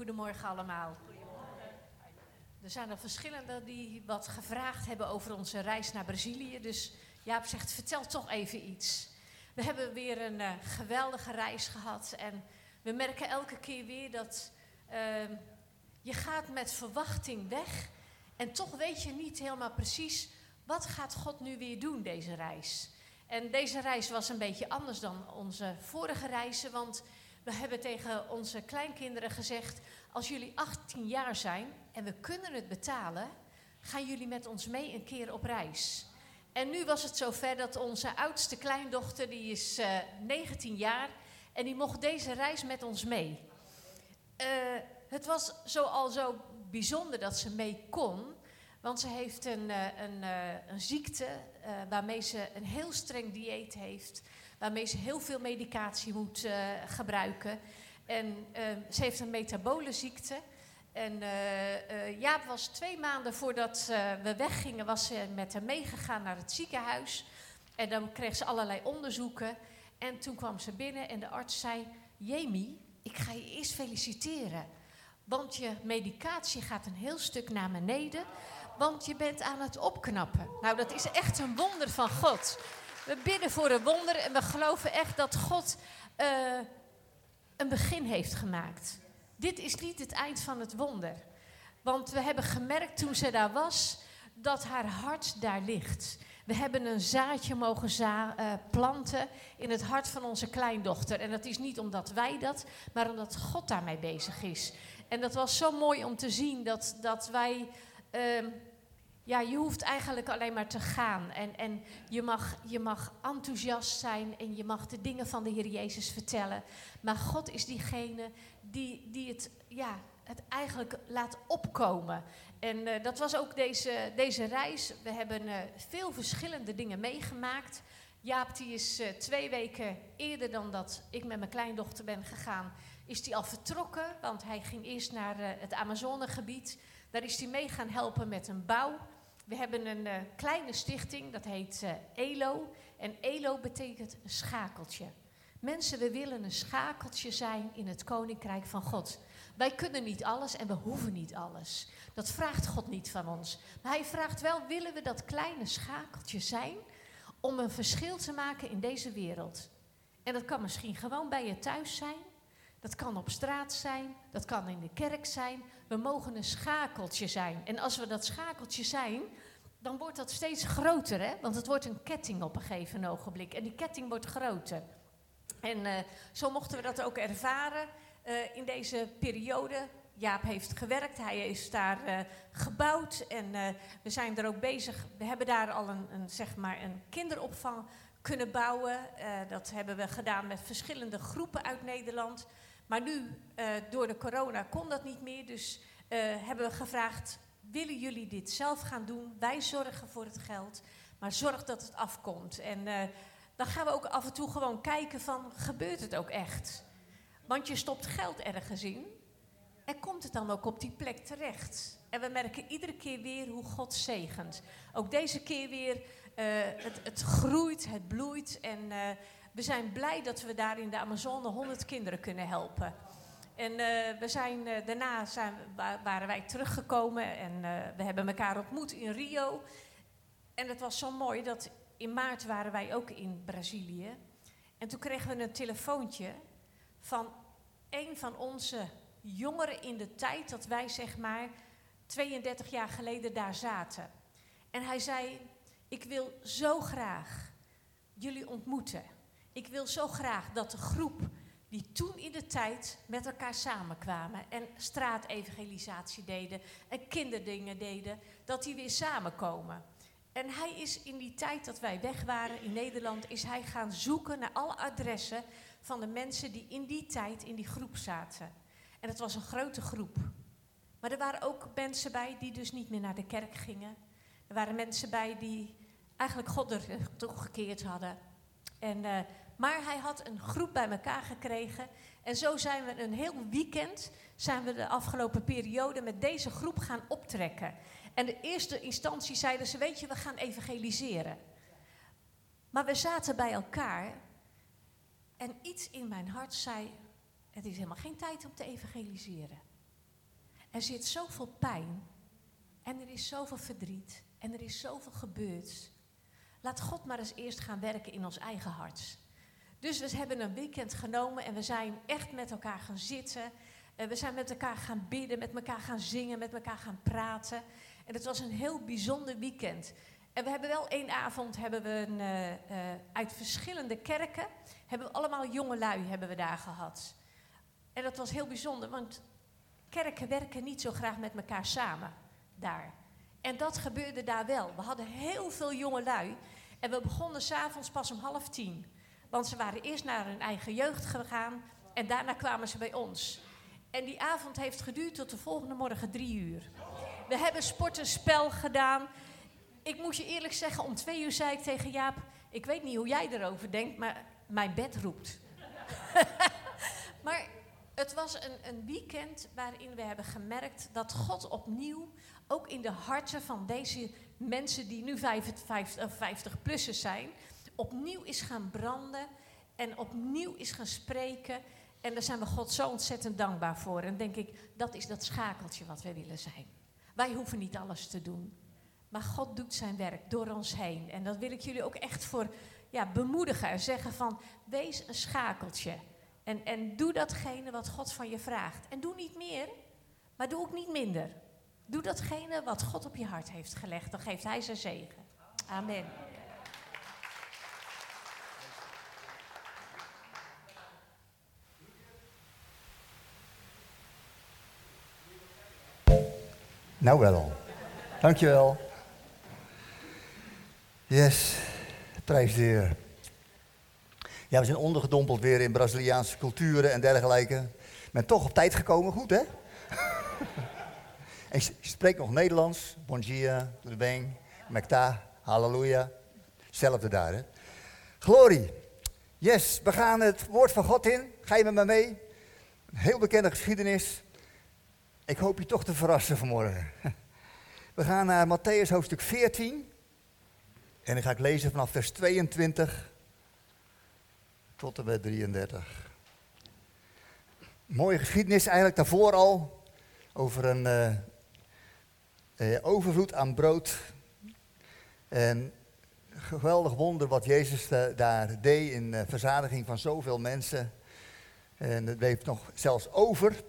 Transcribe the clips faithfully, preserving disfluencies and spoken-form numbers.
Goedemorgen allemaal. Er zijn er verschillenden die wat gevraagd hebben over onze reis naar Brazilië. Dus Jaap zegt, vertel toch even iets. We hebben weer een uh, geweldige reis gehad. En we merken elke keer weer dat uh, je gaat met verwachting weg. En toch weet je niet helemaal precies, wat gaat God nu weer doen deze reis? En deze reis was een beetje anders dan onze vorige reizen. Want we hebben tegen onze kleinkinderen gezegd, als jullie achttien jaar zijn en we kunnen het betalen, gaan jullie met ons mee een keer op reis. En nu was het zover dat onze oudste kleindochter, die is uh, negentien jaar, en die mocht deze reis met ons mee. Uh, het was zo al zo bijzonder dat ze mee kon, want ze heeft een, uh, een, uh, een ziekte uh, waarmee ze een heel streng dieet heeft, waarmee ze heel veel medicatie moet uh, gebruiken. En uh, ze heeft een metabole ziekte. En uh, uh, Jaap was twee maanden voordat uh, we weggingen, was ze met haar meegegaan naar het ziekenhuis. En dan kreeg ze allerlei onderzoeken. En toen kwam ze binnen en de arts zei, Jamie, ik ga je eerst feliciteren. Want je medicatie gaat een heel stuk naar beneden, want je bent aan het opknappen. Nou, dat is echt een wonder van God. We bidden voor een wonder en we geloven echt dat God uh, een begin heeft gemaakt. Dit is niet het eind van het wonder. Want we hebben gemerkt toen ze daar was, dat haar hart daar ligt. We hebben een zaadje mogen za- uh, planten in het hart van onze kleindochter. En dat is niet omdat wij dat, maar omdat God daarmee bezig is. En dat was zo mooi om te zien dat, dat wij... Uh, Ja, je hoeft eigenlijk alleen maar te gaan en, en je, mag, je mag enthousiast zijn en je mag de dingen van de Heer Jezus vertellen. Maar God is diegene die, die het, ja, het eigenlijk laat opkomen. En uh, dat was ook deze, deze reis. We hebben uh, veel verschillende dingen meegemaakt. Jaap die is uh, twee weken eerder dan dat ik met mijn kleindochter ben gegaan, is die al vertrokken. Want hij ging eerst naar uh, het Amazonegebied. Daar is hij mee gaan helpen met een bouw. We hebben een uh, kleine stichting, dat heet uh, E L O. En E L O betekent een schakeltje. Mensen, we willen een schakeltje zijn in het Koninkrijk van God. Wij kunnen niet alles en we hoeven niet alles. Dat vraagt God niet van ons. Maar hij vraagt wel, willen we dat kleine schakeltje zijn om een verschil te maken in deze wereld? En dat kan misschien gewoon bij je thuis zijn. Dat kan op straat zijn, dat kan in de kerk zijn. We mogen een schakeltje zijn. En als we dat schakeltje zijn, dan wordt dat steeds groter, hè? Want het wordt een ketting op een gegeven ogenblik. En die ketting wordt groter. En uh, zo mochten we dat ook ervaren uh, in deze periode. Jaap heeft gewerkt, hij is daar uh, gebouwd. En uh, we zijn er ook bezig. We hebben daar al een, een, zeg maar een kinderopvang kunnen bouwen. Uh, dat hebben we gedaan met verschillende groepen uit Nederland. Maar nu, uh, door de corona, kon dat niet meer. Dus uh, hebben we gevraagd, willen jullie dit zelf gaan doen? Wij zorgen voor het geld, maar zorg dat het afkomt. En uh, dan gaan we ook af en toe gewoon kijken van, gebeurt het ook echt? Want je stopt geld ergens in en komt het dan ook op die plek terecht? En we merken iedere keer weer hoe God zegent. Ook deze keer weer, uh, het, het groeit, het bloeit en... Uh, We zijn blij dat we daar in de Amazone honderd kinderen kunnen helpen. En uh, we zijn, uh, daarna zijn, waren wij teruggekomen en uh, we hebben elkaar ontmoet in Rio. En het was zo mooi dat in maart waren wij ook in Brazilië. En toen kregen we een telefoontje van een van onze jongeren in de tijd dat wij zeg maar tweeëndertig jaar geleden daar zaten. En hij zei, ik wil zo graag jullie ontmoeten. Ik wil zo graag dat de groep die toen in de tijd met elkaar samenkwamen en straatevangelisatie deden en kinderdingen deden, dat die weer samenkomen. En hij is in die tijd dat wij weg waren in Nederland, is hij gaan zoeken naar alle adressen van de mensen die in die tijd in die groep zaten. En het was een grote groep. Maar er waren ook mensen bij die dus niet meer naar de kerk gingen. Er waren mensen bij die eigenlijk God er toegekeerd hadden. En, uh, maar hij had een groep bij elkaar gekregen. En zo zijn we een heel weekend, zijn we de afgelopen periode met deze groep gaan optrekken. En de eerste instantie zeiden ze, weet je, we gaan evangeliseren. Maar we zaten bij elkaar en iets in mijn hart zei, het is helemaal geen tijd om te evangeliseren. er zit zoveel pijn. En er is zoveel verdriet. En er is zoveel gebeurd. Laat God maar eens eerst gaan werken in ons eigen hart. Dus we hebben een weekend genomen en we zijn echt met elkaar gaan zitten. En we zijn met elkaar gaan bidden, met elkaar gaan zingen, met elkaar gaan praten. En het was een heel bijzonder weekend. En we hebben wel één avond, hebben we een, uh, uh, uit verschillende kerken, hebben we allemaal jongelui hebben we daar gehad. En dat was heel bijzonder, want kerken werken niet zo graag met elkaar samen daar. En dat gebeurde daar wel. We hadden heel veel jongelui en we begonnen 's avonds pas om half tien. Want ze waren eerst naar hun eigen jeugd gegaan en daarna kwamen ze bij ons. En die avond heeft geduurd tot de volgende morgen drie uur. We hebben sport en spel gedaan. Ik moet je eerlijk zeggen, om twee uur zei ik tegen Jaap, ik weet niet hoe jij erover denkt, maar mijn bed roept. Maar het was een, een weekend waarin we hebben gemerkt dat God opnieuw, ook in de harten van deze mensen die nu vijftig-plussers zijn, opnieuw is gaan branden en opnieuw is gaan spreken. En daar zijn we God zo ontzettend dankbaar voor. En denk ik, dat is dat schakeltje wat we willen zijn. Wij hoeven niet alles te doen. Maar God doet zijn werk door ons heen. En dat wil ik jullie ook echt voor ja, bemoedigen. En zeggen van, wees een schakeltje. En, en doe datgene wat God van je vraagt. En doe niet meer, maar doe ook niet minder. Doe datgene wat God op je hart heeft gelegd. Dan geeft hij zijn zegen. Amen. Nou wel. Dankjewel. Yes, prijs de Heer. Ja, we zijn ondergedompeld weer in Braziliaanse culturen en dergelijke. Ben toch op tijd gekomen, goed hè? En je spreekt nog Nederlands. Bom dia, tudo bem, mekta, halleluja. Hetzelfde daar hè. Glorie. Yes, we gaan het woord van God in. Ga je met me mee? Een heel bekende geschiedenis. Ik hoop je toch te verrassen vanmorgen. We gaan naar Mattheüs hoofdstuk veertien. En dan ga ik lezen vanaf vers tweeëntwintig tot en met drieëndertig. Mooie geschiedenis eigenlijk daarvoor al. Over een uh, uh, overvloed aan brood. En geweldig wonder wat Jezus uh, daar deed in uh, verzadiging van zoveel mensen. En het bleef nog zelfs over.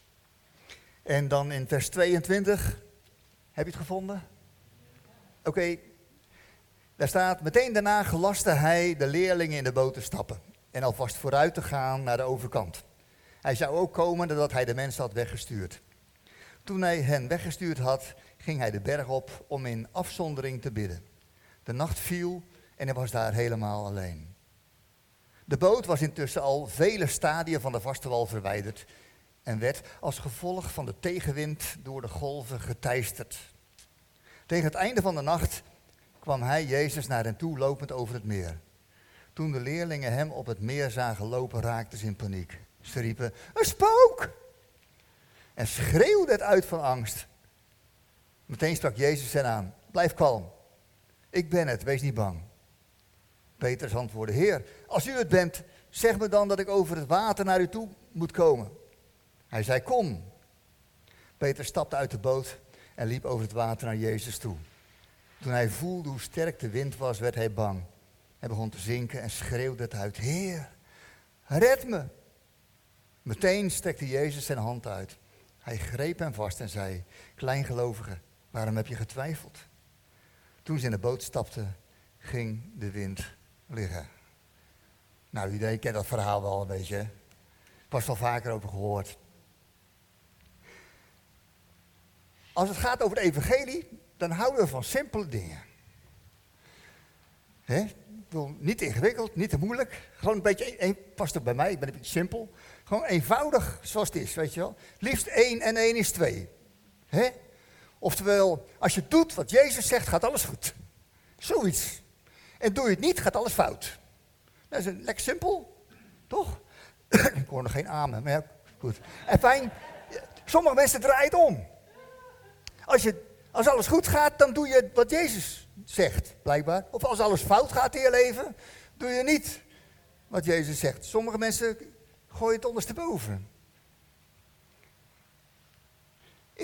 En dan in vers tweeëntwintig, heb je het gevonden? Oké, okay. Daar staat, meteen daarna gelastte hij de leerlingen in de boot te stappen en alvast vooruit te gaan naar de overkant. Hij zou ook komen nadat hij de mensen had weggestuurd. Toen hij hen weggestuurd had, ging hij de berg op om in afzondering te bidden. De nacht viel en hij was daar helemaal alleen. De boot was intussen al vele stadia van de vaste wal verwijderd en werd als gevolg van de tegenwind door de golven geteisterd. Tegen het einde van de nacht kwam hij, Jezus, naar hen toe lopend over het meer. Toen de leerlingen hem op het meer zagen lopen, raakten ze in paniek. Ze riepen, een spook! En schreeuwden het uit van angst. Meteen sprak Jezus hen aan, blijf kalm. Ik ben het, wees niet bang. Petrus antwoordde, Heer, als u het bent, zeg me dan dat ik over het water naar u toe moet komen. Hij zei, kom. Petrus stapte uit de boot en liep over het water naar Jezus toe. Toen hij voelde hoe sterk de wind was, werd hij bang. Hij begon te zinken en schreeuwde het uit, Heer, red me. Meteen strekte Jezus zijn hand uit. Hij greep hem vast en zei, kleingelovige, waarom heb je getwijfeld? Toen ze in de boot stapten, ging de wind liggen. Nou, iedereen kent dat verhaal wel een beetje, hè? Pas wel vaker over gehoord. Als het gaat over het evangelie, dan houden we van simpele dingen. He? Niet ingewikkeld, niet te moeilijk. Gewoon een beetje, een, past ook bij mij, ik ben een beetje simpel. Gewoon eenvoudig zoals het is, weet je wel. Liefst één en één is twee. He? Oftewel, als je doet wat Jezus zegt, gaat alles goed. Zoiets. En doe je het niet, gaat alles fout. Dat is een, lekker simpel, toch? Ik hoor nog geen amen, maar ja, goed. En fijn, sommige mensen draaien het om. Als, je, als alles goed gaat, dan doe je wat Jezus zegt, blijkbaar. Of als alles fout gaat in je leven, doe je niet wat Jezus zegt. Sommige mensen gooien het ondersteboven.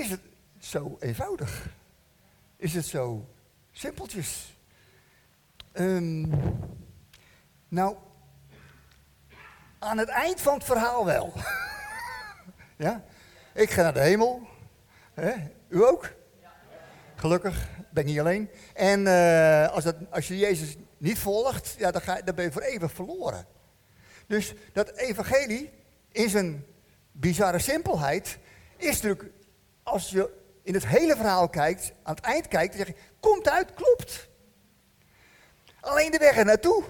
zo eenvoudig? Is het zo simpeltjes? Um, nou, aan het eind van het verhaal wel. Ja? Ik ga naar de hemel. Hè? U ook? Gelukkig, ben ik niet alleen. En uh, als, dat, als je Jezus niet volgt, ja, dan, ga, dan ben je voor eeuwig verloren. Dus dat evangelie in zijn bizarre simpelheid is natuurlijk, als je in het hele verhaal kijkt, aan het eind kijkt, dan zeg je, komt uit, klopt. Alleen de weg er naartoe.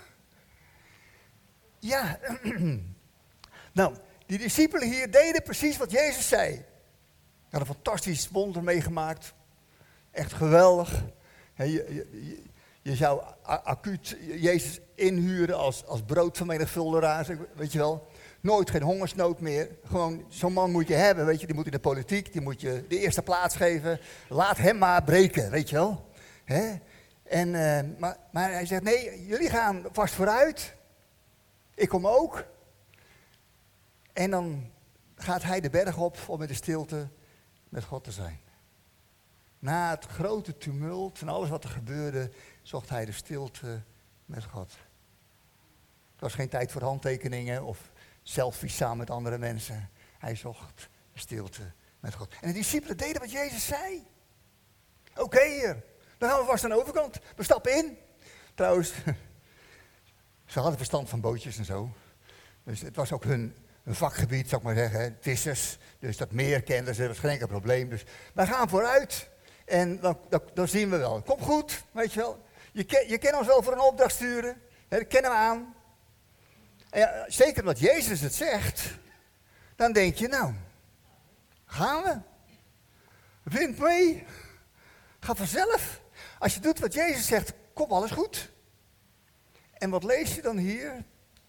Ja, nou, die discipelen hier deden precies wat Jezus zei. Ze hadden een fantastisch wonder meegemaakt. Echt geweldig. He, je, je, je zou acuut Jezus inhuren als, als broodvermenigvuldigeraar, weet je wel. Nooit geen hongersnood meer. Gewoon, zo'n man moet je hebben, weet je. Die moet in de politiek, die moet je de eerste plaats geven. Laat hem maar breken, weet je wel. He? En, uh, maar, maar hij zegt, nee, jullie gaan vast vooruit. Ik kom ook. En dan gaat hij de berg op om in de stilte met God te zijn. Na het grote tumult en alles wat er gebeurde, zocht hij de stilte met God. Het was geen tijd voor handtekeningen of selfies samen met andere mensen. Hij zocht de stilte met God. En de discipelen deden wat Jezus zei. Oké, okay, Heer, dan gaan we vast aan de overkant. We stappen in. Trouwens, ze hadden verstand van bootjes en zo. Dus het was ook hun, hun vakgebied, zou ik maar zeggen. Vissers, dus dat meer kenden ze, dat was geen enkel probleem. Dus wij gaan vooruit. En dan, dan, dan zien we wel. Kom goed, weet je wel. Je, ken, je kan ons wel voor een opdracht sturen. Hè, dat kennen we aan. En ja, zeker omdat Jezus het zegt. Dan denk je, nou, gaan we. Wind mee. Ga vanzelf. Als je doet wat Jezus zegt, komt alles goed. En wat lees je dan hier?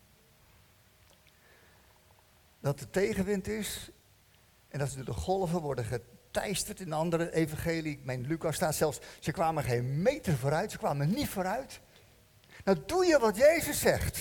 Dat er tegenwind is. En dat ze door de golven worden geteisterd in de andere evangelie. Ik meen, Lucas staat zelfs, ze kwamen geen meter vooruit. Ze kwamen niet vooruit. Nou doe je wat Jezus zegt.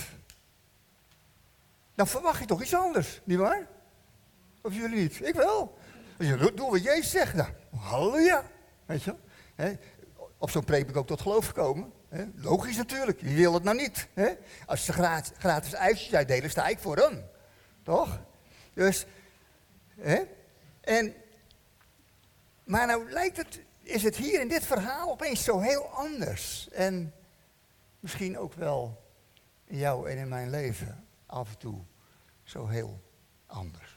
Dan verwacht je toch iets anders, nietwaar? Of jullie niet? Ik wel. Als je doet wat Jezus zegt, nou, halleluja. Weet je wel? He, op zo'n preek ben ik ook tot geloof gekomen. He, logisch natuurlijk, wie wil het nou niet? He? Als ze gratis, gratis ijsjes uitdelen, sta ik voor hem. Toch? Dus, he? En, maar nou lijkt het, is het hier in dit verhaal opeens zo heel anders. En misschien ook wel in jou en in mijn leven af en toe zo heel anders.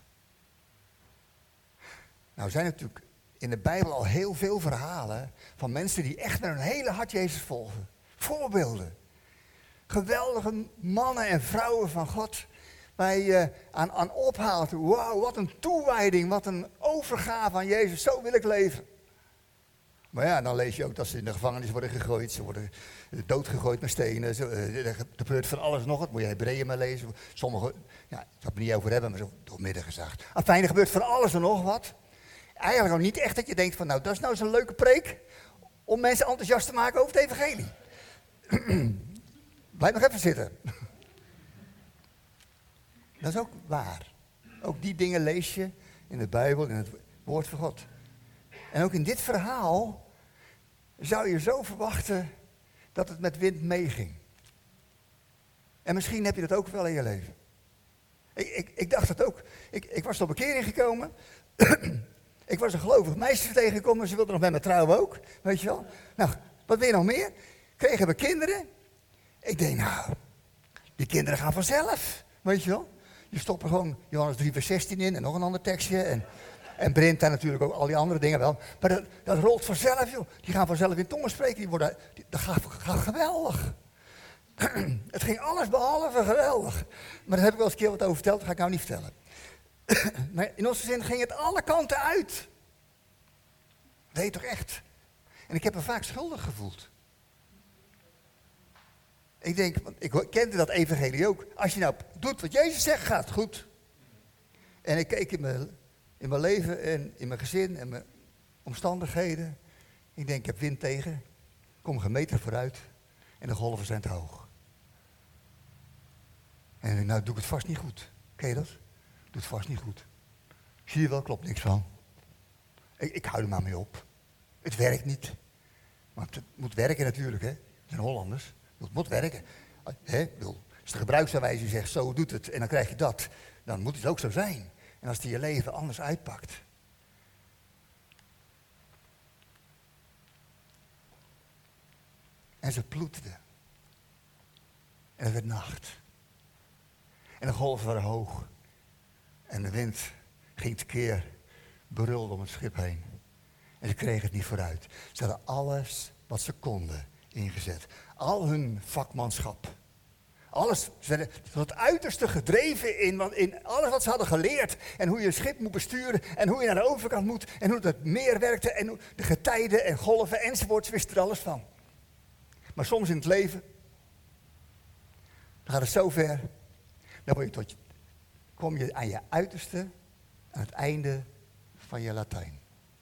Nou zijn er natuurlijk in de Bijbel al heel veel verhalen van mensen die echt met hun hele hart Jezus volgen. Voorbeelden. Geweldige mannen en vrouwen van God waar je aan, aan ophaalt. Wauw, wat een toewijding, wat een overgave aan Jezus. Zo wil ik leven. Maar ja, dan lees je ook dat ze in de gevangenis worden gegooid. Ze worden doodgegooid met stenen. Ze, er gebeurt van alles nog. Dat moet je Hebreeën maar lezen. Sommige, ja, ik zal het er niet over hebben, maar zo doormidden gezegd. Afijn, er gebeurt van alles en nog wat. Eigenlijk ook niet echt dat je denkt van, nou, dat is nou zo'n leuke preek om mensen enthousiast te maken over het evangelie. Blijf nog even zitten. Dat is ook waar. Ook die dingen lees je in de Bijbel, in het woord van God. En ook in dit verhaal zou je zo verwachten dat het met wind meeging. En misschien heb je dat ook wel in je leven. Ik, ik, ik dacht dat ook. Ik, ik was tot bekering gekomen. Ik was een gelovig meisje tegengekomen. Ze wilde nog met me trouwen ook. Weet je wel. Nou, wat wil je nog meer? Kregen we kinderen. Ik denk, nou, die kinderen gaan vanzelf. Weet je wel. Je stopt er gewoon Johannes drie vers zestien in en nog een ander tekstje. En, en Brinta natuurlijk ook, al die andere dingen wel. Maar dat, dat rolt vanzelf, joh. Die gaan vanzelf in tongen spreken. Die worden, die, dat gaat, gaat geweldig. Het ging alles behalve geweldig. Maar daar heb ik wel eens een keer wat over verteld. Dat ga ik nou niet vertellen. Maar in onze zin ging het alle kanten uit. Weet toch echt. En ik heb me vaak schuldig gevoeld. Ik denk, want ik kende dat evangelie ook. Als je nou doet wat Jezus zegt, gaat het goed. En ik keek in mijn, in mijn leven en in mijn gezin en mijn omstandigheden. Ik denk, ik heb wind tegen. Ik kom een meter vooruit. En de golven zijn te hoog. En nou doe ik het vast niet goed. Ken je dat? Doe het vast niet goed. Zie je wel, klopt niks van. Ik, ik hou er maar mee op. Het werkt niet. Maar het moet werken natuurlijk, hè. We zijn Hollanders. Het moet werken. Hè? Ik bedoel, als de gebruiksaanwijzer zegt, zo doet het, en dan krijg je dat, dan moet het ook zo zijn. En als die je leven anders uitpakt. En ze ploeterde. En het werd nacht. En de golven waren hoog. En de wind ging tekeer, brulde om het schip heen. En ze kregen het niet vooruit. Ze hadden alles wat ze konden ingezet. Al hun vakmanschap. Alles, ze werden tot het uiterste gedreven in, in alles wat ze hadden geleerd. En hoe je een schip moet besturen. En hoe je naar de overkant moet. En hoe het meer werkte. En hoe de getijden en golven enzovoort. Ze wisten er alles van. Maar soms in het leven. Dan gaat het zo ver. Dan word je tot, kom je aan je uiterste. Aan het einde van je Latijn.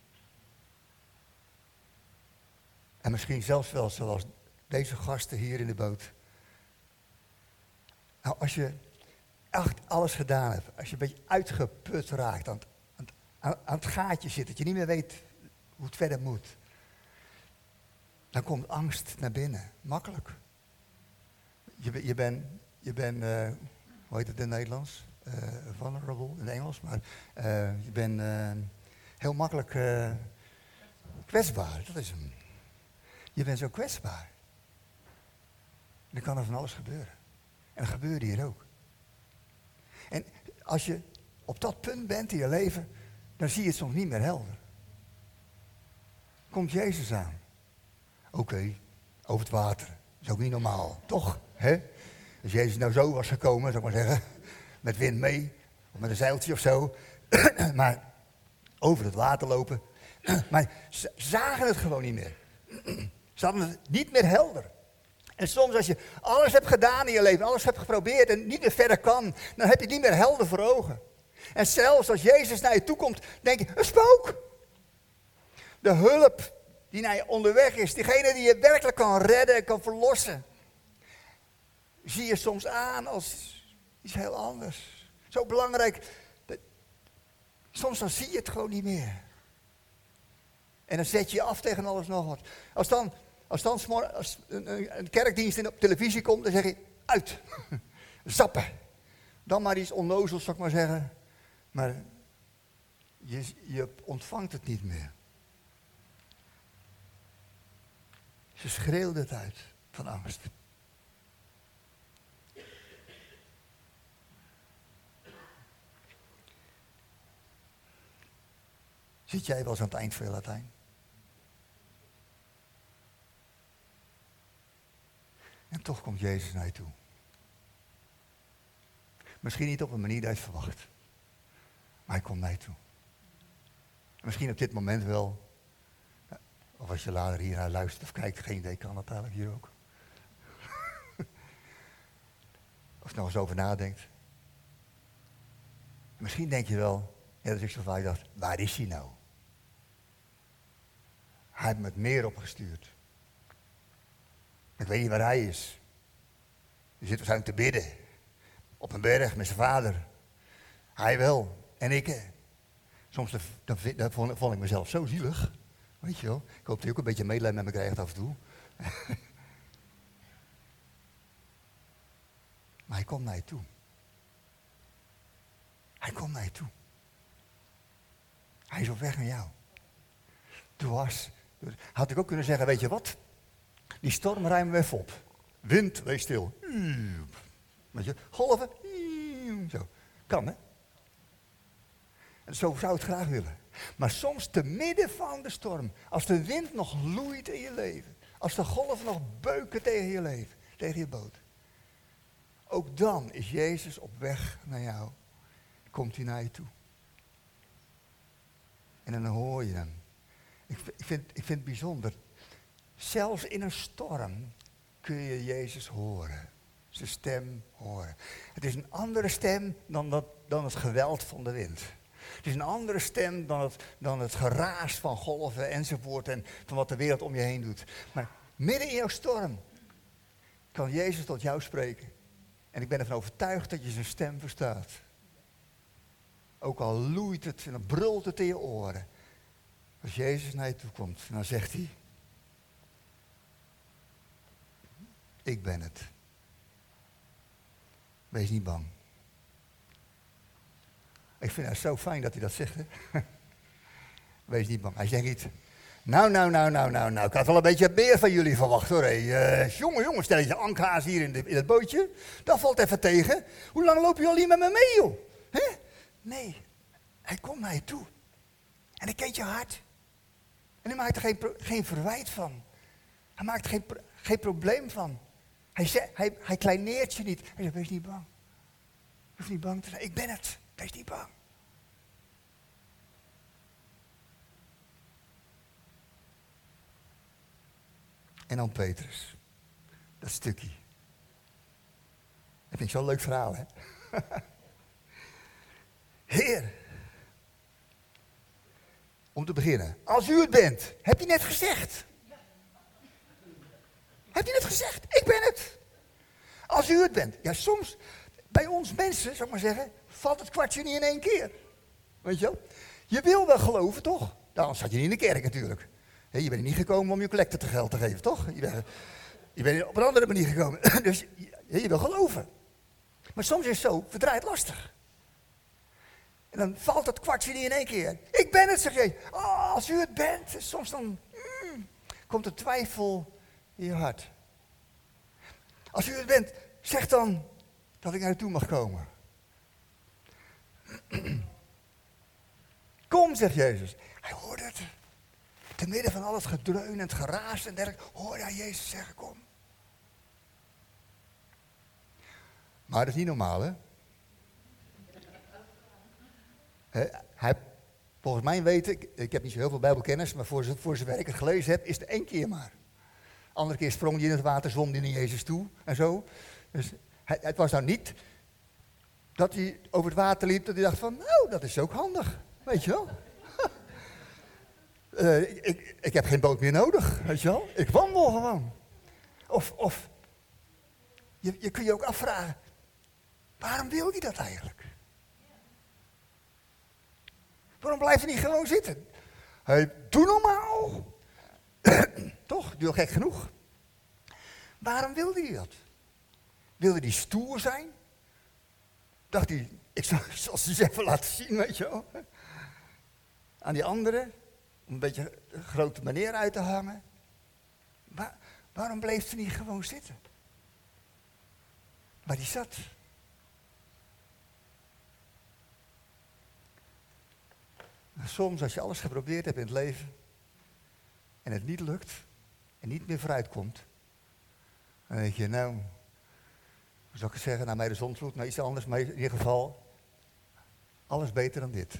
En misschien zelfs wel zoals deze gasten hier in de boot. Nou, als je echt alles gedaan hebt, als je een beetje uitgeput raakt, aan het, aan, aan het gaatje zit, dat je niet meer weet hoe het verder moet, dan komt angst naar binnen. Makkelijk. Je, je bent, je ben, uh, hoe heet het in het Nederlands? Uh, vulnerable in het Engels, maar uh, je bent uh, heel makkelijk uh, kwetsbaar. Dat is hem. Je bent zo kwetsbaar. Dan kan er van alles gebeuren. En dat gebeurde hier ook. En als je op dat punt bent in je leven, dan zie je het soms niet meer helder. Komt Jezus aan. Oké, okay, over het water. Dat is ook niet normaal, toch? Hè? Als Jezus nou zo was gekomen, zou ik maar zeggen, met wind mee, of met een zeiltje of zo, maar over het water lopen. Maar ze zagen het gewoon niet meer. Ze hadden het niet meer helder. En soms als je alles hebt gedaan in je leven, alles hebt geprobeerd en niet meer verder kan, dan heb je het niet meer helder voor ogen. En zelfs als Jezus naar je toe komt, denk je, een spook. De hulp die naar je onderweg is, diegene die je werkelijk kan redden en kan verlossen, zie je soms aan als iets heel anders. Zo belangrijk, dat, soms dan zie je het gewoon niet meer. En dan zet je je af tegen alles nog wat. Als dan... Als dan als een, een kerkdienst in op televisie komt, dan zeg je, uit. Zappen. Dan maar iets onnozels, zou ik maar zeggen. Maar je, je ontvangt het niet meer. Ze schreeuwde het uit van angst. Zit jij wel eens aan het eind van je Latijn? En toch komt Jezus naar je toe. Misschien niet op een manier die je het verwacht. Maar hij komt naar je toe. Misschien op dit moment wel. Of als je later hier naar luistert of kijkt, geen idee, kan dat eigenlijk hier ook. Of je nog eens over nadenkt. Misschien denk je wel, ja, dat is ik zo vaak dacht, waar is hij nou? Hij heeft me het meer opgestuurd. Ik weet niet waar hij is. Hij zit waarschijnlijk te bidden. Op een berg met zijn vader. Hij wel. En ik. Soms dan, dan, dan vond, vond ik mezelf zo zielig. Weet je wel. Ik hoop dat hij ook een beetje medelijden met me krijgt af en toe. Maar hij komt naar je toe. Hij komt naar je toe. Hij is op weg naar jou. Dwars. Had ik ook kunnen zeggen, weet je wat? Die storm ruimen we even op. Wind, wees stil. Weet je, golven. Zo. Kan, hè? En zo zou het graag willen. Maar soms te midden van de storm, als de wind nog loeit in je leven, als de golven nog beuken tegen je leven, tegen je boot, ook dan is Jezus op weg naar jou. Komt hij naar je toe. En dan hoor je hem. Ik, ik, vind, ik vind het bijzonder. Zelfs in een storm kun je Jezus horen. Zijn stem horen. Het is een andere stem dan, dat, dan het geweld van de wind. Het is een andere stem dan het, dan het geraas van golven enzovoort en van wat de wereld om je heen doet. Maar midden in jouw storm kan Jezus tot jou spreken. En ik ben ervan overtuigd dat je zijn stem verstaat. Ook al loeit het en dan brult het in je oren. Als Jezus naar je toe komt, dan zegt hij, ik ben het. Wees niet bang. Ik vind het zo fijn dat hij dat zegt, hè? Wees niet bang. Hij zegt niet, nou, nou, nou, nou, nou, nou, ik had wel een beetje meer van jullie verwacht, hoor. Hey, uh, jongen, jongen, stel je anka's hier in, de, in het bootje. Dat valt even tegen. Hoe lang loop je al hier met me mee, joh? Hè? Nee, hij komt naar je toe. En hij kent je hart. En hij maakt er geen, geen verwijt van. Hij maakt er geen, geen probleem van. Hij, zegt, hij, hij kleineert je niet. Hij zegt, wees niet bang. Je hoeft niet bang te zijn. Ik ben het. Wees niet bang. En dan Petrus. Dat stukje. Dat vind ik zo'n leuk verhaal, hè? Heer. Om te beginnen. Als u het bent. Heb je net gezegd. Heb je net gezegd. Ik ben het. Als u het bent. Ja, soms. Bij ons mensen, zou ik maar zeggen. Valt het kwartje niet in één keer. Weet je wel? Je wil wel geloven, toch? Anders zat je niet in de kerk natuurlijk. Je bent niet gekomen om je collecte te geld te geven, toch? Je bent, je bent op een andere manier gekomen. Dus je, je wil geloven. Maar soms is het zo, verdraaid lastig. En dan valt het kwartje niet in één keer. Ik ben het, zeg je. Oh, als u het bent. Soms dan mm, komt er twijfel in je hart. Als u het bent, zeg dan dat ik naar u toe mag komen. Kom, zegt Jezus. Hij hoorde het. Te midden van al het gedreun en het geraas en dergelijke, hoorde hij Jezus zeggen, kom. Maar dat is niet normaal, hè? He, hij, volgens mijn weten, ik, ik heb niet zo heel veel bijbelkennis, maar voor, voor zover ik het gelezen heb, is het één keer maar. Andere keer sprong hij in het water, zwom hij naar Jezus toe en zo. Dus hij, het was nou niet dat hij over het water liep, dat hij dacht van, nou, dat is ook handig, weet je wel. Uh, ik, ik heb geen boot meer nodig, weet je wel. Ik wandel gewoon. Of, of je, je kun je ook afvragen, waarom wil hij dat eigenlijk? Waarom blijft hij niet gewoon zitten? Hey, doe normaal. Toch? Je wil gek genoeg. Waarom wilde hij dat? Wilde hij stoer zijn? Dacht hij, ik zal, ik zal ze eens even laten zien, weet je wel. Aan die anderen. Om een beetje een grote meneer uit te hangen. Waar, waarom bleef ze niet gewoon zitten? Waar die zat. Soms als je alles geprobeerd hebt in het leven. En het niet lukt. En niet meer vooruit komt. Dan denk je, nou. Hoe zou ik het zeggen? Nou, mij de zonsvloed, nou iets anders. Maar in ieder geval. Alles beter dan dit.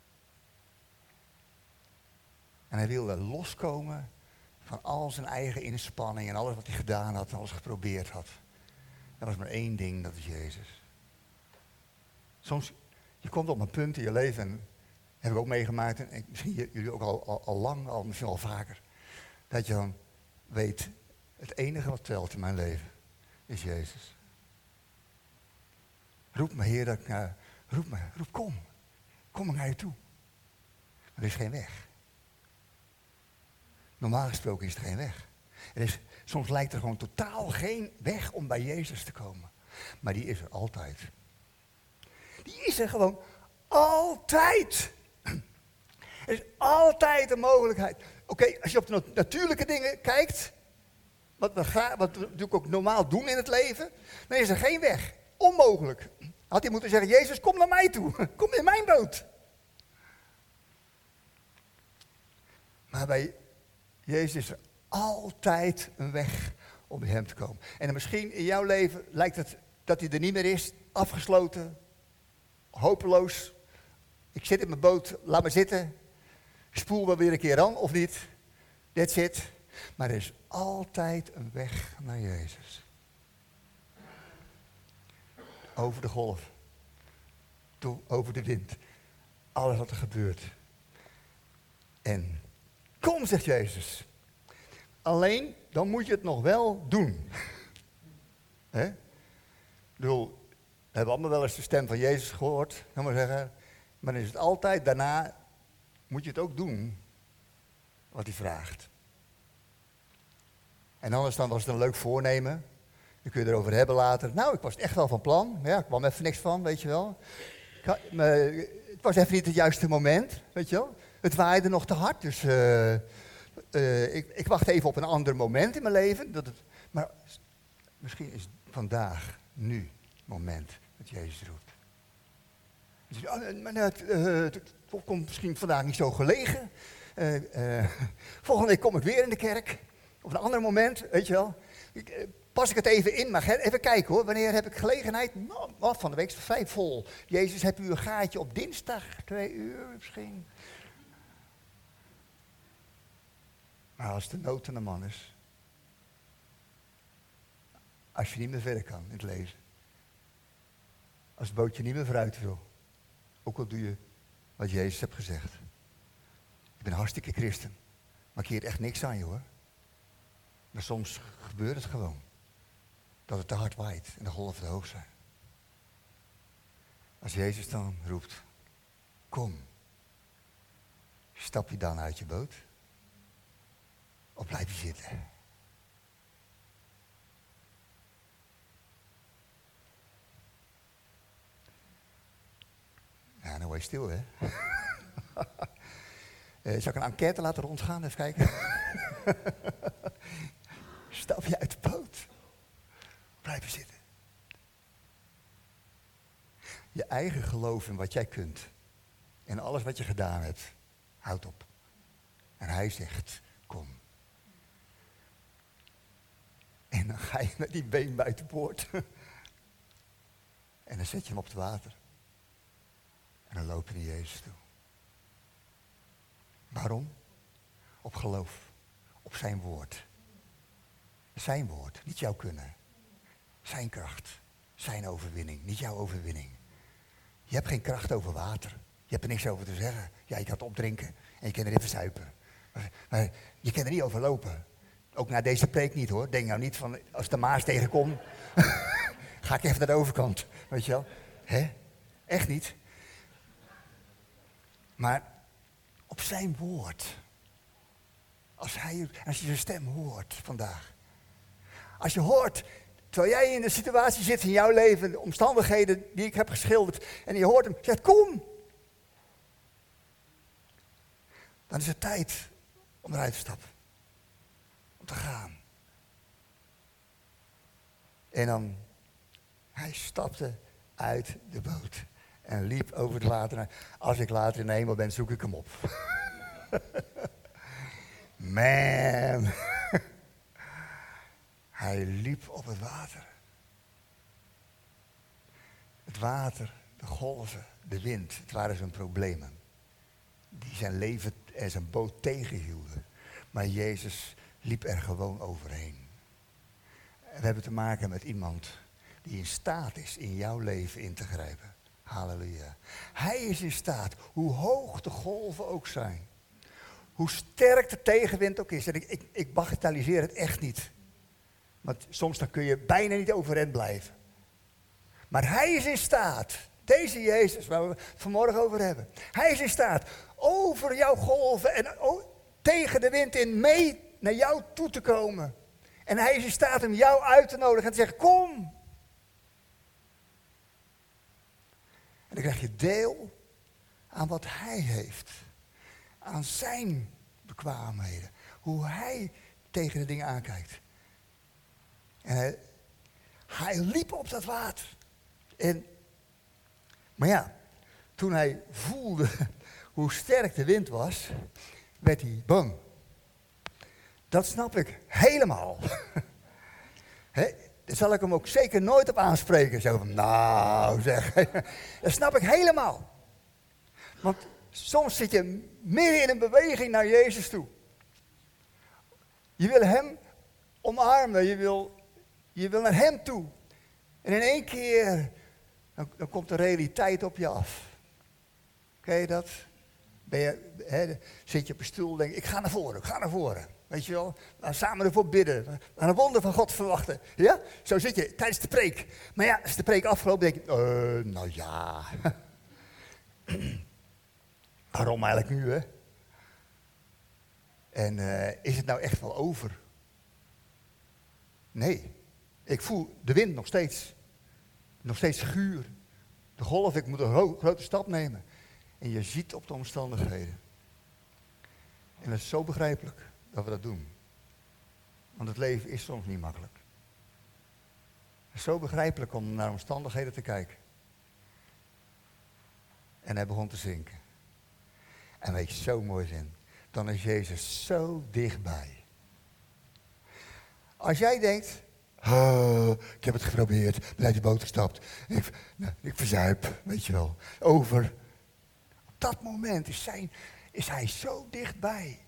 En hij wilde loskomen van al zijn eigen inspanning en alles wat hij gedaan had en alles geprobeerd had. Er was maar één ding, dat is Jezus. Soms, je komt op een punt in je leven, en heb ik ook meegemaakt, en misschien jullie ook al, al, al lang, al, misschien al vaker, dat je dan weet, het enige wat telt in mijn leven is Jezus. Roep me, Heer, dat ik, uh, roep me, roep, kom. Kom maar naar je toe. Er is geen weg. Normaal gesproken is er geen weg. Er is, soms lijkt er gewoon totaal geen weg om bij Jezus te komen. Maar die is er altijd. Die is er gewoon altijd. Er is altijd een mogelijkheid. Oké, okay, als je op de natuurlijke dingen kijkt, wat we, ga, wat we natuurlijk ook normaal doen in het leven, dan is er geen weg. Onmogelijk. Had hij moeten zeggen, Jezus, kom naar mij toe. Kom in mijn boot. Maar bij Jezus is er altijd een weg om bij hem te komen. En misschien in jouw leven lijkt het dat hij er niet meer is, afgesloten, hopeloos. Ik zit in mijn boot, laat me zitten. Spoel wel weer een keer aan, of niet? That's it. Maar er is altijd een weg naar Jezus. Over de golf. Over de wind. Alles wat er gebeurt. En kom, zegt Jezus. Alleen, dan moet je het nog wel doen. Hè? Ik bedoel, we hebben allemaal wel eens de stem van Jezus gehoord, kan maar zeggen. Maar dan is het altijd, daarna moet je het ook doen. wat hij vraagt. En anders dan was het een leuk voornemen. Dan kun je erover hebben later. Nou, ik was echt wel van plan. Ja, ik kwam even niks van, weet je wel. Ik had, me, het was even niet het juiste moment, weet je wel. Het waaide nog te hard, dus uh, uh, ik, ik wacht even op een ander moment in mijn leven. Dat het, maar misschien is vandaag, nu, het moment dat Jezus roept. Dus, oh, maar het, uh, het komt misschien vandaag niet zo gelegen. Uh, uh, volgende week kom ik weer in de kerk. Op een ander moment, weet je wel. Ik, uh, pas ik het even in, maar even kijken hoor. Wanneer heb ik gelegenheid? Nou, oh, van de week is het vrij vol. Jezus, heb u een gaatje op dinsdag, twee uur misschien? Maar als de nood aan de man is. Als je niet meer verder kan in het leven. Als het bootje niet meer vooruit wil. Ook al doe je wat Jezus heeft gezegd. Ik ben hartstikke christen. Maar ik keert echt niks aan je hoor. Maar soms gebeurt het gewoon. Dat het te hard waait en de golven te hoog zijn. Als Jezus dan roept. Kom. Stap je dan uit je boot? Of blijf je zitten? Ja, nou word je stil hè. Uh, zal ik een enquête laten rondgaan? Even kijken. Stap je uit de boot? Blijf je zitten. Je eigen geloof in wat jij kunt. En alles wat je gedaan hebt. Houd op. En hij zegt, kom. En dan ga je met die been buiten boord. En dan zet je hem op het water. En dan loop je naar Jezus toe. Waarom? Op geloof. Op zijn woord. Zijn woord, niet jouw kunnen. Zijn kracht. Zijn overwinning, niet jouw overwinning. Je hebt geen kracht over water. Je hebt er niks over te zeggen. Ja, je kan het opdrinken en je kan erin verzuipen. Maar, maar je kan er niet over lopen. Ook na deze preek niet hoor. Denk nou niet van, als ik de Maas tegenkom, ga ik even naar de overkant. Weet je wel? Hè? Echt niet. Maar op zijn woord. Als, hij, als je zijn stem hoort vandaag. Als je hoort, terwijl jij in een situatie zit in jouw leven, de omstandigheden die ik heb geschilderd, en je hoort hem, zegt kom. Dan is het tijd om eruit te stappen. Om te gaan. En dan, hij stapte uit de boot. En liep over het water. Als ik later in de hemel ben, zoek ik hem op. Man. Hij liep op het water. Het water, de golven, de wind, het waren zijn problemen. Die zijn leven en zijn boot tegenhielden. Maar Jezus liep er gewoon overheen. En we hebben te maken met iemand die in staat is in jouw leven in te grijpen. Halleluja. Hij is in staat, hoe hoog de golven ook zijn. Hoe sterk de tegenwind ook is. En ik, ik, ik bagatelliseer het echt niet. Want soms dan kun je bijna niet overeind blijven. Maar hij is in staat. Deze Jezus, waar we het vanmorgen over hebben. Hij is in staat over jouw golven en oh, tegen de wind in mee naar jou toe te komen. En hij is in staat om jou uit te nodigen en te zeggen, kom. En dan krijg je deel aan wat hij heeft. Aan zijn bekwaamheden. Hoe hij tegen de dingen aankijkt. En hij, hij liep op dat water. En, maar ja, toen hij voelde hoe sterk de wind was, werd hij bang. Dat snap ik helemaal. He, daar zal ik hem ook zeker nooit op aanspreken. Zo van, nou zeg, dat snap ik helemaal. Want soms zit je midden in een beweging naar Jezus toe. Je wil hem omarmen, je wil, je wil naar hem toe. En in één keer, dan, dan komt de realiteit op je af. Ken je dat? Ben je, he, zit je op een stoel en denk je, ik ga naar voren, ik ga naar voren. Weet je wel, we gaan samen ervoor bidden. We gaan een wonder van God verwachten. Ja? Zo zit je tijdens de preek. Maar ja, als de preek afgelopen denk je, uh, nou ja. Waarom eigenlijk nu, hè? En uh, is het nou echt wel over? Nee. Ik voel de wind nog steeds. Nog steeds guur. De golf, ik moet een gro- grote stap nemen. En je ziet op de omstandigheden. En het is zo begrijpelijk dat we dat doen. Want het leven is soms niet makkelijk. Het is zo begrijpelijk om naar omstandigheden te kijken. En hij begon te zinken. En weet je, zo mooi zin. Dan is Jezus zo dichtbij. Als jij denkt, oh, ik heb het geprobeerd, ben uit de boot gestapt, ik, nou, ik verzuip, weet je wel, over. Op dat moment is, zijn, is hij zo dichtbij.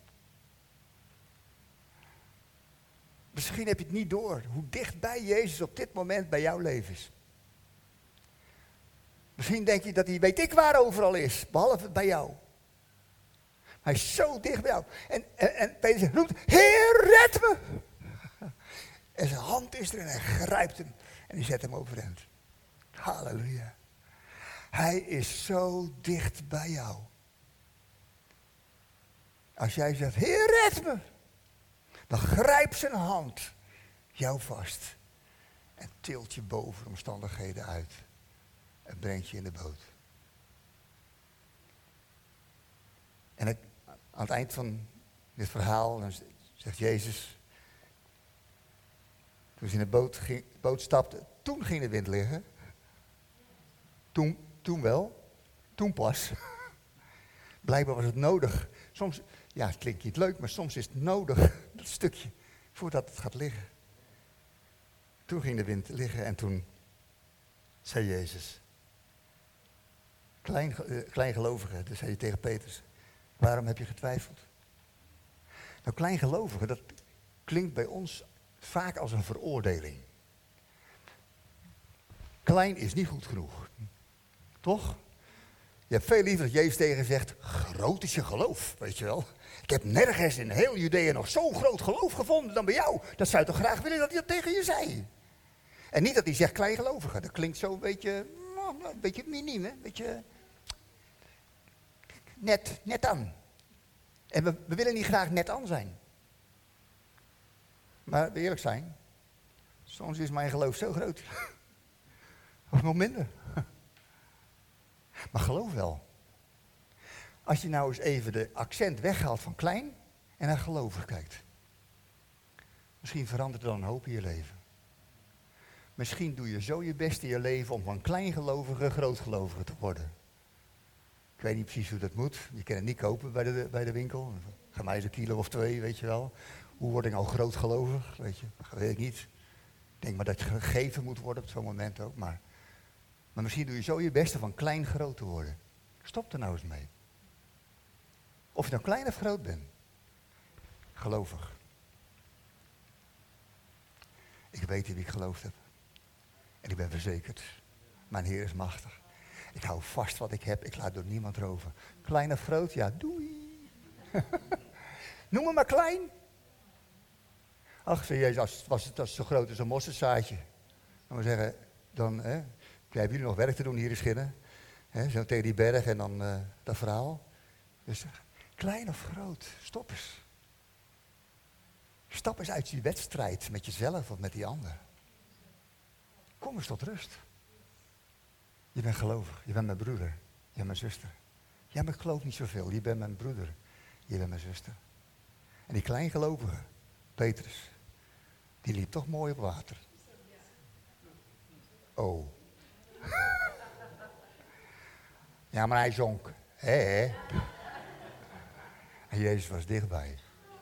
Misschien heb je het niet door hoe dichtbij Jezus op dit moment bij jouw leven is. Misschien denk je dat hij weet ik waar overal is, behalve bij jou. Hij is zo dicht bij jou. En, en, en Petrus roept, Heer, red me! En zijn hand is er en hij grijpt hem. En die zet hem overeind. Halleluja. Hij is zo dicht bij jou. Als jij zegt, Heer, red me! Dan grijpt zijn hand jou vast. En tilt je boven de omstandigheden uit. En brengt je in de boot. En het, aan het eind van dit verhaal dan zegt Jezus, toen ze in de boot, ging, boot stapte, toen ging de wind liggen. Toen, toen wel, toen pas. Blijkbaar was het nodig. Soms, ja, het klinkt niet leuk, maar soms is het nodig, dat stukje, voordat het gaat liggen. Toen ging de wind liggen en toen zei Jezus, klein, uh, kleingelovige, dus zei je tegen Petrus, waarom heb je getwijfeld? Nou, kleingelovige, dat klinkt bij ons vaak als een veroordeling. Klein is niet goed genoeg. Toch? Je hebt veel liever dat Jezus tegen je zegt, groot is je geloof, weet je wel. Ik heb nergens in heel Judea nog zo'n groot geloof gevonden dan bij jou. Dat zou je toch graag willen dat hij dat tegen je zei. En niet dat hij zegt kleingelovige. Dat klinkt zo een beetje, nou, een beetje miniem, hè? Een beetje net, net aan. En we, we willen niet graag net aan zijn. Maar we eerlijk zijn, soms is mijn geloof zo groot. Of nog minder. Maar geloof wel. Als je nou eens even de accent weghaalt van klein en naar gelovig kijkt. Misschien verandert er dan een hoop in je leven. Misschien doe je zo je best in je leven om van kleingelovige grootgelovige te worden. Ik weet niet precies hoe dat moet. Je kan het niet kopen bij de, bij de winkel. Ga mij eens een kilo of twee, weet je wel. Hoe word ik nou grootgelovig? Weet je, dat weet ik niet. Ik denk maar dat het gegeven moet worden op zo'n moment ook. Maar, maar misschien doe je zo je best om van klein groot te worden. Stop er nou eens mee. Of je nou klein of groot bent. Gelovig. Ik weet in wie ik geloofd heb. En ik ben verzekerd. Mijn Heer is machtig. Ik hou vast wat ik heb. Ik laat door niemand roven. Klein of groot? Ja, doei. Noem me maar klein. Ach, zei Jezus, als, was het als zo groot als een mosterdzaadje. Dan we zeggen, dan hè, hebben jullie nog werk te doen hier in Schinnen. Hè, zo tegen die berg en dan uh, dat verhaal. Dus klein of groot, stop eens. Stap eens uit die wedstrijd met jezelf of met die ander. Kom eens tot rust. Je bent gelovig, je bent mijn broeder, je bent mijn zuster. Ja, maar ik geloof niet zoveel, je bent mijn broeder, je bent mijn zuster. En die kleingelovige, Petrus, die liep toch mooi op water. Oh. Ja, maar hij zonk. Hé, hé. En Jezus was dichtbij.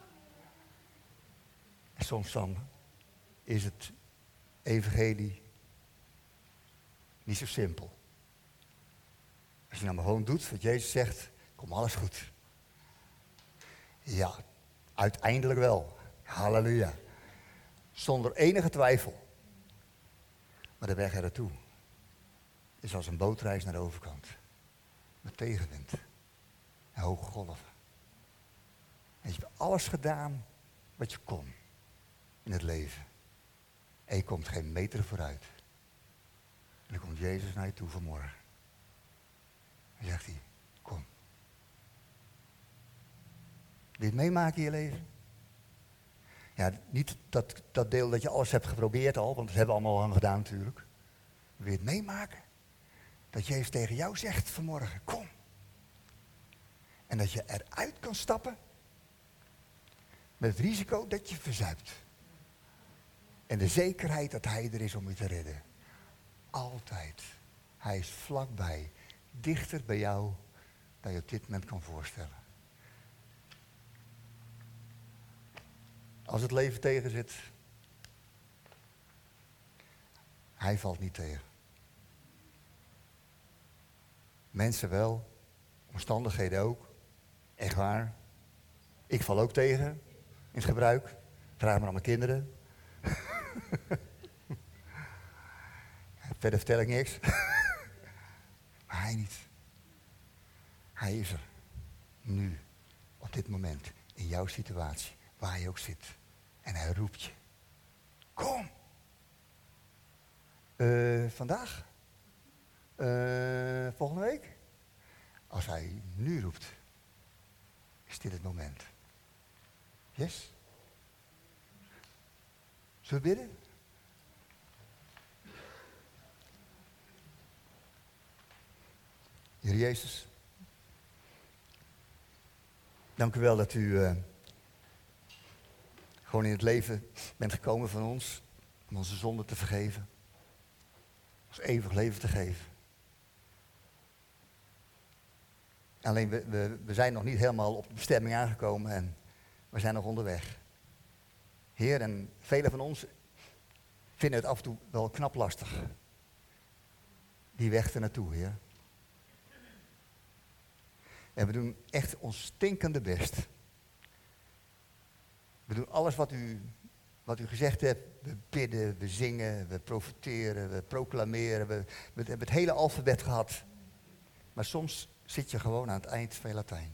En soms dan is het evangelie niet zo simpel. Als je nou maar gewoon doet wat Jezus zegt, komt alles goed. Ja, uiteindelijk wel. Halleluja. Zonder enige twijfel. Maar de weg er naartoe is als een bootreis naar de overkant. Met tegenwind. En hoge golven. En je hebt alles gedaan wat je kon in het leven. En je komt geen meter vooruit. En dan komt Jezus naar je toe vanmorgen. En zegt hij, kom. je het meemaken in je leven? Ja, niet dat, dat deel dat je alles hebt geprobeerd al, want dat hebben we allemaal al gedaan natuurlijk. Wil je het meemaken? Dat Jezus tegen jou zegt vanmorgen, kom. En dat je eruit kan stappen met het risico dat je verzuipt. En de zekerheid dat hij er is om je te redden. Altijd. Hij is vlakbij. Dichter bij jou dan je op dit moment kan voorstellen. Als het leven tegen zit, hij valt niet tegen. Mensen wel, omstandigheden ook. Echt waar. Ik val ook tegen in het gebruik. Vraag maar aan mijn kinderen. Verder vertel ik niks. Maar hij niet. Hij is er. Nu. Op dit moment. In jouw situatie. Waar je ook zit. En hij roept je. Kom. Uh, vandaag? Uh, volgende week? Als hij nu roept. Is dit het moment. Yes? Zullen we bidden? Heer Jezus, dank u wel dat u uh, gewoon in het leven bent gekomen van ons, om onze zonden te vergeven, ons eeuwig leven te geven. Alleen we, we, we zijn nog niet helemaal op de bestemming aangekomen en we zijn nog onderweg. Heer, en velen van ons vinden het af en toe wel knap lastig. Die weg ernaartoe, Heer. En we doen echt ons stinkende best. We doen alles wat u, wat u gezegd hebt. We bidden, we zingen, we profiteren, we proclameren. We, we hebben het hele alfabet gehad. Maar soms zit je gewoon aan het eind van je Latijn.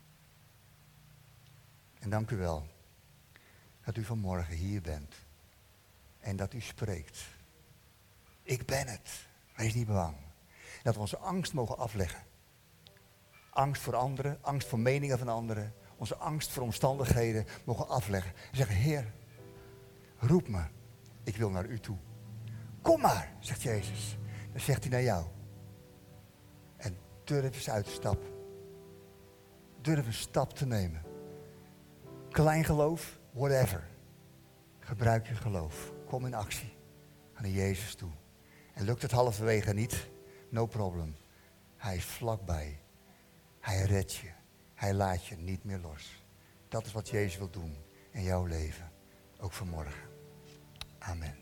En dank u wel dat u vanmorgen hier bent. En dat u spreekt. Ik ben het. Wees niet bang. Dat we onze angst mogen afleggen. Angst voor anderen, angst voor meningen van anderen. Onze angst voor omstandigheden mogen afleggen. En zeggen, Heer, roep me. Ik wil naar u toe. Kom maar, zegt Jezus. Dan zegt hij naar jou. En durf eens uit te stappen. Durf een stap te nemen. Klein geloof, whatever. Gebruik je geloof. Kom in actie. Ga naar Jezus toe. En lukt het halverwege niet? No problem. Hij is vlakbij. Hij redt je. Hij laat je niet meer los. Dat is wat Jezus wil doen in jouw leven. Ook vanmorgen. Amen.